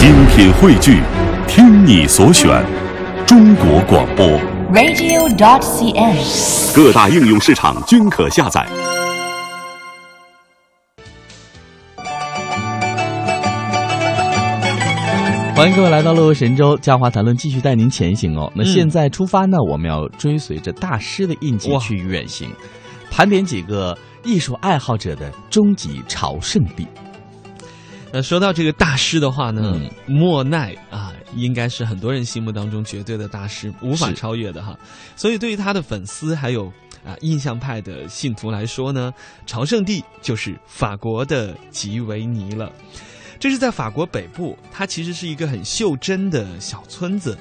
精品汇聚，听你所选，中国广播 radio.cn， 各大应用市场均可下载。 欢迎各位来到乐游神州，嘉华谈论继续带您前行哦。那现在出发呢，我们要追随着大师的印记去远行，盘点几个艺术爱好者的终极朝圣地。 说到这个大师的话呢，莫奈啊，应该是很多人心目当中绝对的大师，无法超越的哈。所以对于他的粉丝还有印象派的信徒来说呢，朝圣地就是法国的吉维尼了。这是在法国北部，它其实是一个很袖珍的小村子。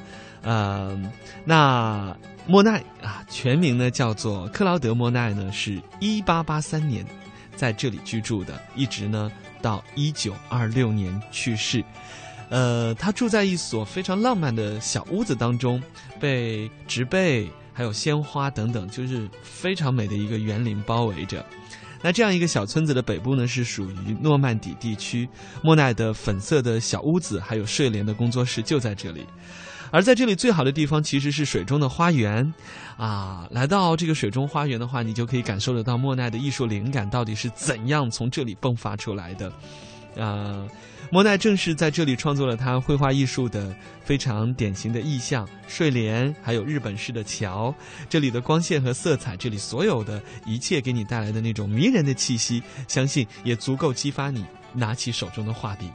那莫奈啊，全名呢叫做克劳德·莫奈呢，是1883年在这里居住的，一直呢到1926年去世。他住在一所非常浪漫的小屋子当中，被植被还有鲜花等等，就是非常美的一个园林包围着。那这样一个小村子的北部呢，是属于诺曼底地区。莫奈的粉色的小屋子还有睡莲的工作室就在这里。而在这里最好的地方其实是水中的花园啊！来到这个水中花园的话，你就可以感受得到莫奈的艺术灵感到底是怎样从这里迸发出来的。莫奈正是在这里创作了他绘画艺术的非常典型的意象，睡莲还有日本式的桥，这里的光线和色彩，这里所有的一切给你带来的那种迷人的气息，相信也足够激发你拿起手中的画笔。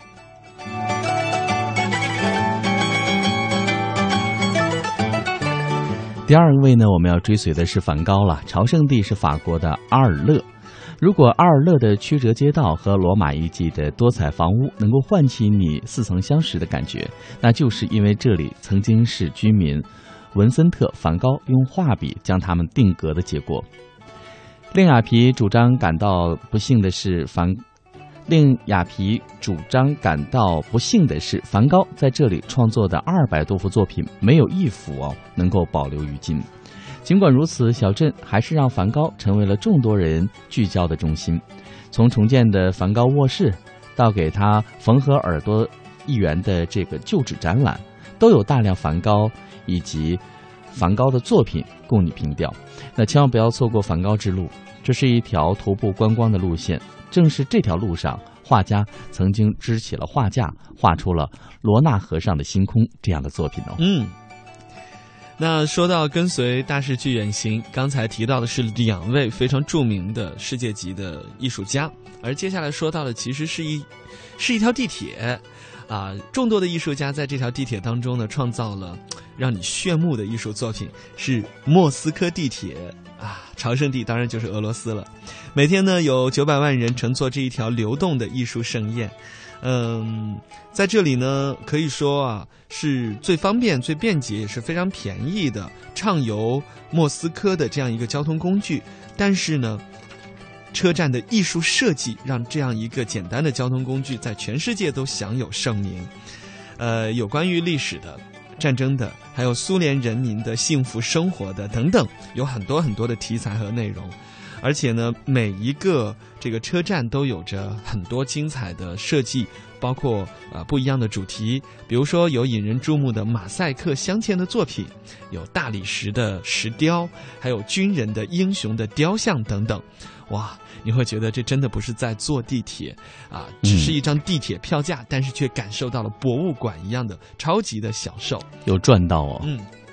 第二位呢，我们要追随的是梵高了。朝圣地是法国的阿尔勒。如果阿尔勒的曲折街道和罗马遗迹的多彩房屋能够唤起你似曾相识的感觉，那就是因为这里曾经是居民文森特·梵高用画笔将它们定格的结果。令雅皮主张感到不幸的是，梵高在这里创作的200多幅作品没有一幅能够保留于今。尽管如此，小镇还是让梵高成为了众多人聚焦的中心。从重建的梵高卧室到给他缝合耳朵1元的这个旧址展览，都有大量梵高以及梵高的作品供你凭吊。那千万不要错过梵高之路，这是一条徒步观光的路线。正是这条路上，画家曾经支起了画架，画出了罗纳河上的星空这样的作品哦。 那说到跟随大师去远行，刚才提到的是2位非常著名的世界级的艺术家，而接下来说到的其实是一条地铁众多的艺术家在这条地铁当中呢，创造了让你炫目的艺术作品，是莫斯科地铁朝圣地当然就是俄罗斯了。每天呢有900万人乘坐这一条流动的艺术盛宴。在这里呢，可以说是最方便、最便捷，也是非常便宜的畅游莫斯科的这样一个交通工具。但是呢，车站的艺术设计让这样一个简单的交通工具在全世界都享有盛名。有关于历史的、战争的，还有苏联人民的幸福生活的等等，有很多很多的题材和内容。而且呢，每一个这个车站都有着很多精彩的设计，包括不一样的主题，比如说有引人注目的马赛克镶嵌的作品，有大理石的石雕，还有军人的英雄的雕像等等。哇，你会觉得这真的不是在坐地铁只是一张地铁票价，但是却感受到了博物馆一样的超级的享受， 有赚到哦。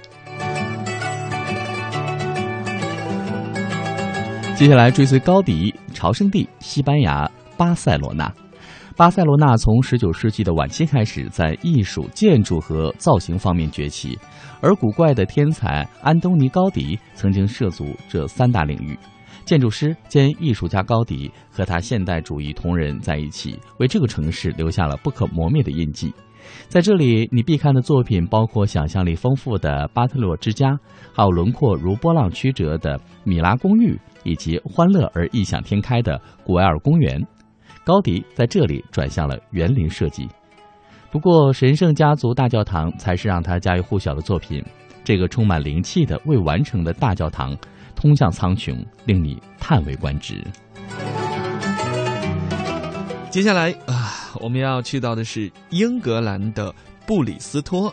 接下来追随高迪，朝圣地西班牙巴塞罗那。巴塞罗那从19世纪的晚期开始，在艺术、建筑和造型方面崛起，而古怪的天才安东尼·高迪曾经涉足这3大领域。建筑师兼艺术家高迪和他现代主义同仁在一起，为这个城市留下了不可磨灭的印记。在这里，你必看的作品包括想象力丰富的巴特洛之家，还有轮廓如波浪曲折的米拉公寓，以及欢乐而异想天开的古埃尔公园。高迪在这里转向了园林设计。不过，神圣家族大教堂才是让他家喻户晓的作品。这个充满灵气的未完成的大教堂，通向苍穹，令你叹为观止。 接下来我们要去到的是英格兰的布里斯托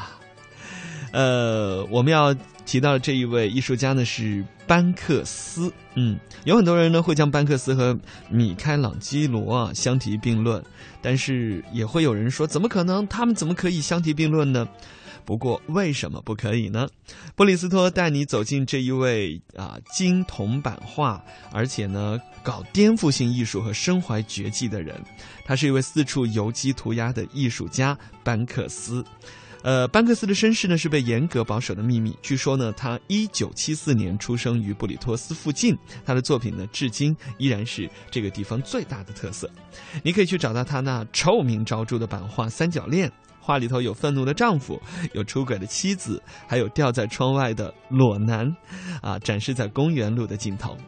我们要提到的这一位艺术家呢是班克斯。有很多人呢会将班克斯和米开朗基罗相提并论，但是也会有人说怎么可能，他们怎么可以相提并论呢？不过为什么不可以呢？布里斯托带你走进这一位精铜版画，而且呢搞颠覆性艺术和身怀绝技的人。他是一位四处游击涂鸦的艺术家班克斯。班克斯的身世呢是被严格保守的秘密。据说呢，他1974年出生于布里托斯附近，他的作品呢至今依然是这个地方最大的特色。你可以去找到他那臭名昭著的版画《三角恋》，画里头有愤怒的丈夫，有出轨的妻子，还有吊在窗外的裸男，展示在公园路的尽头。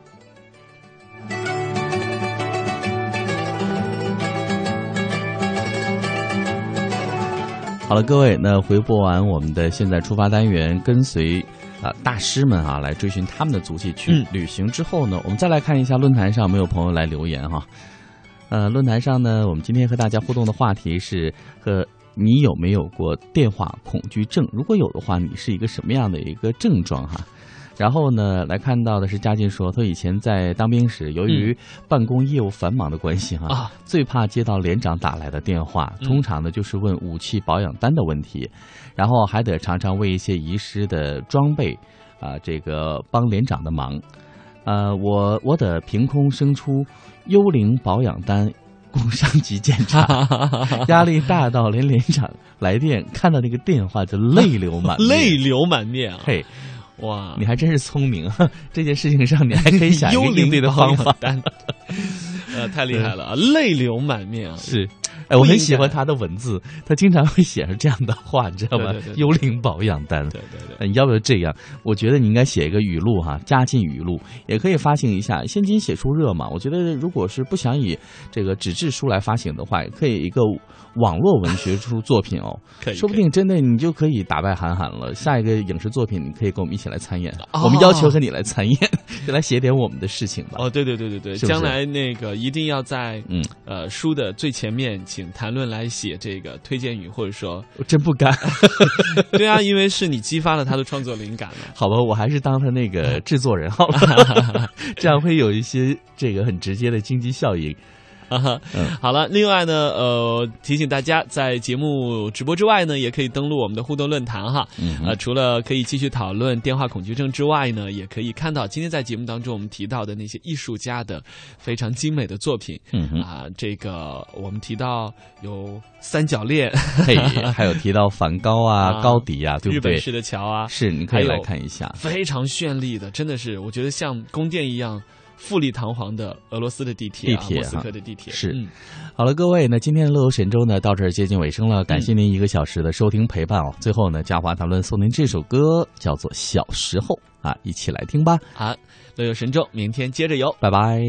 好了，各位，那回播完我们的现在出发单元，跟随大师们来追寻他们的足迹去旅行之后呢，我们再来看一下论坛上没有朋友来留言哈。论坛上呢，我们今天和大家互动的话题是你有没有过电话恐惧症？如果有的话，你是一个什么样的一个症状哈？然后呢，来看到的是嘉靖说，他以前在当兵时，由于办公业务繁忙的关系最怕接到连长打来的电话，通常呢就是问武器保养单的问题，然后还得常常为一些遗失的装备这个帮连长的忙。我得凭空生出幽灵保养单工商级检查，压力大到连连长来电看到那个电话就泪流满面， 泪流满面啊！ 嘿。 哇， 你还真是聪明啊！这件事情上你还可以想一个应对的方法， 太厉害了，泪流满面啊！ 是，我很喜欢他的文字，他经常会写上这样的话，你知道吗？幽灵保养单， 对， 你要不要这样？我觉得你应该写一个语录加进语录，也可以发行一下。现今写书热嘛，我觉得如果是不想以这个纸质书来发行的话，也可以一个网络文学书作品可以， 说不定真的你就可以打败韩寒了。下一个影视作品，你可以跟我们一起来参演，我们要求和你来参演，就来写点我们的事情吧。 对，将来那个一定要在书的最前面，请谈论来写这个推荐语，或者说我真不敢。 对啊，因为是你激发了他的创作灵感了。 好吧，我还是当他那个制作人好了，这样会有一些这个很直接的经济效应。 好了，另外呢，提醒大家，在节目直播之外呢，也可以登录我们的互动论坛哈。除了可以继续讨论电话恐惧症之外呢，也可以看到今天在节目当中我们提到的那些艺术家的非常精美的作品。这个我们提到有三角恋， 还有提到梵高高迪对不对？ 日本式的桥是，你可以来看一下， 非常绚丽的，真的是我觉得像宫殿一样富丽堂皇的俄罗斯的地铁莫斯科的地铁是。好了，各位，那今天的乐游神州呢到这儿接近尾声了，感谢您1个小时的收听陪伴最后呢，嘉华谈论送您这首歌叫做《小时候》一起来听吧。 好，乐游神州明天接着游， 拜拜。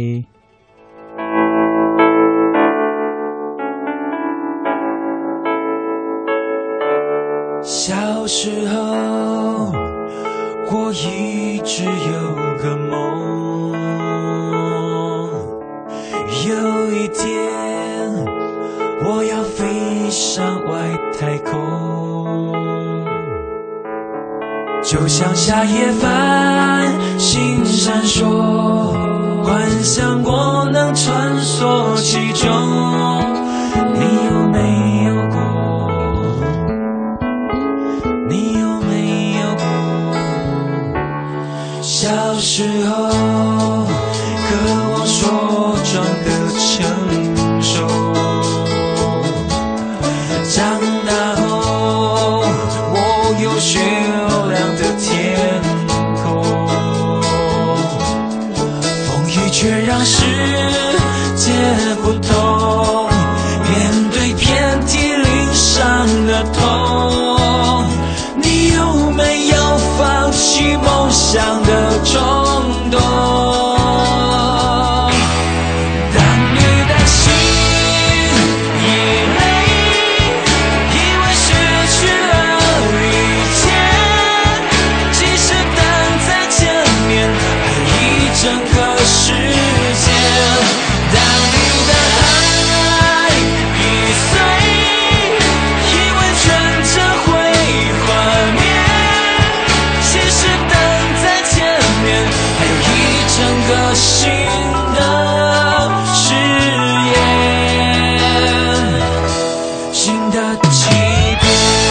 小时候我一直有个梦，有一天我要飞上外太空，就像夏夜繁星闪烁，幻想我能穿梭其中。你有没有过？你有没有过？小时候渴望茁壮的成熟，长大后我有雪亮的天空，风雨却让世界不同，面对遍体鳞伤的痛，你有没有放弃梦想的冲动？整个世界，当你的的起点。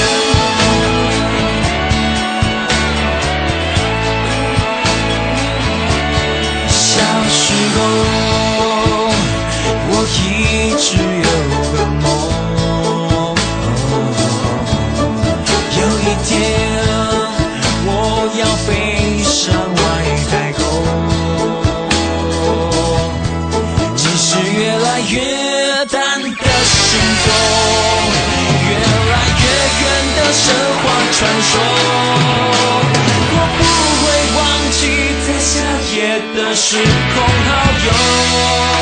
小时候，我一直有个梦，有一天我要飞上外太空。即使越来越淡的星空，越来越远的神话传说，我不会忘记在夏夜的时空遨游。